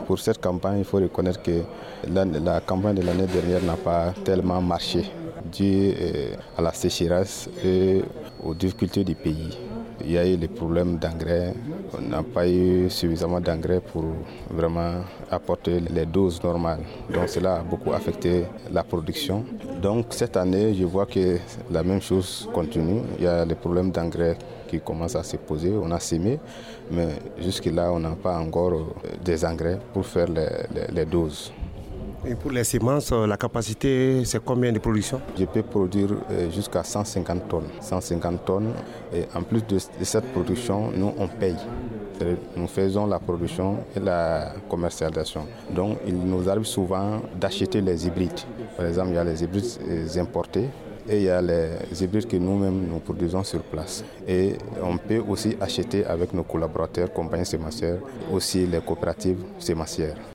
Pour cette campagne, il faut reconnaître que la campagne de l'année dernière n'a pas tellement marché, dû à la sécheresse et aux difficultés du pays. Il y a eu les problèmes d'engrais, on n'a pas eu suffisamment d'engrais pour vraiment apporter les doses normales. Donc cela a beaucoup affecté la production. Donc cette année, je vois que la même chose continue. Il y a les problèmes d'engrais qui commencent à se poser. On a semé, mais jusque-là, on n'a pas encore des engrais pour faire les doses. Et pour les semences, la capacité, c'est combien de production? Je peux produire jusqu'à 150 tonnes. 150 tonnes. Et en plus de cette production, nous, on paye. Nous faisons la production et la commercialisation. Donc, il nous arrive souvent d'acheter les hybrides. Par exemple, il y a les hybrides importés et il y a les hybrides que nous-mêmes nous produisons sur place. Et on peut aussi acheter avec nos collaborateurs, compagnies sémencières, aussi les coopératives sémencières.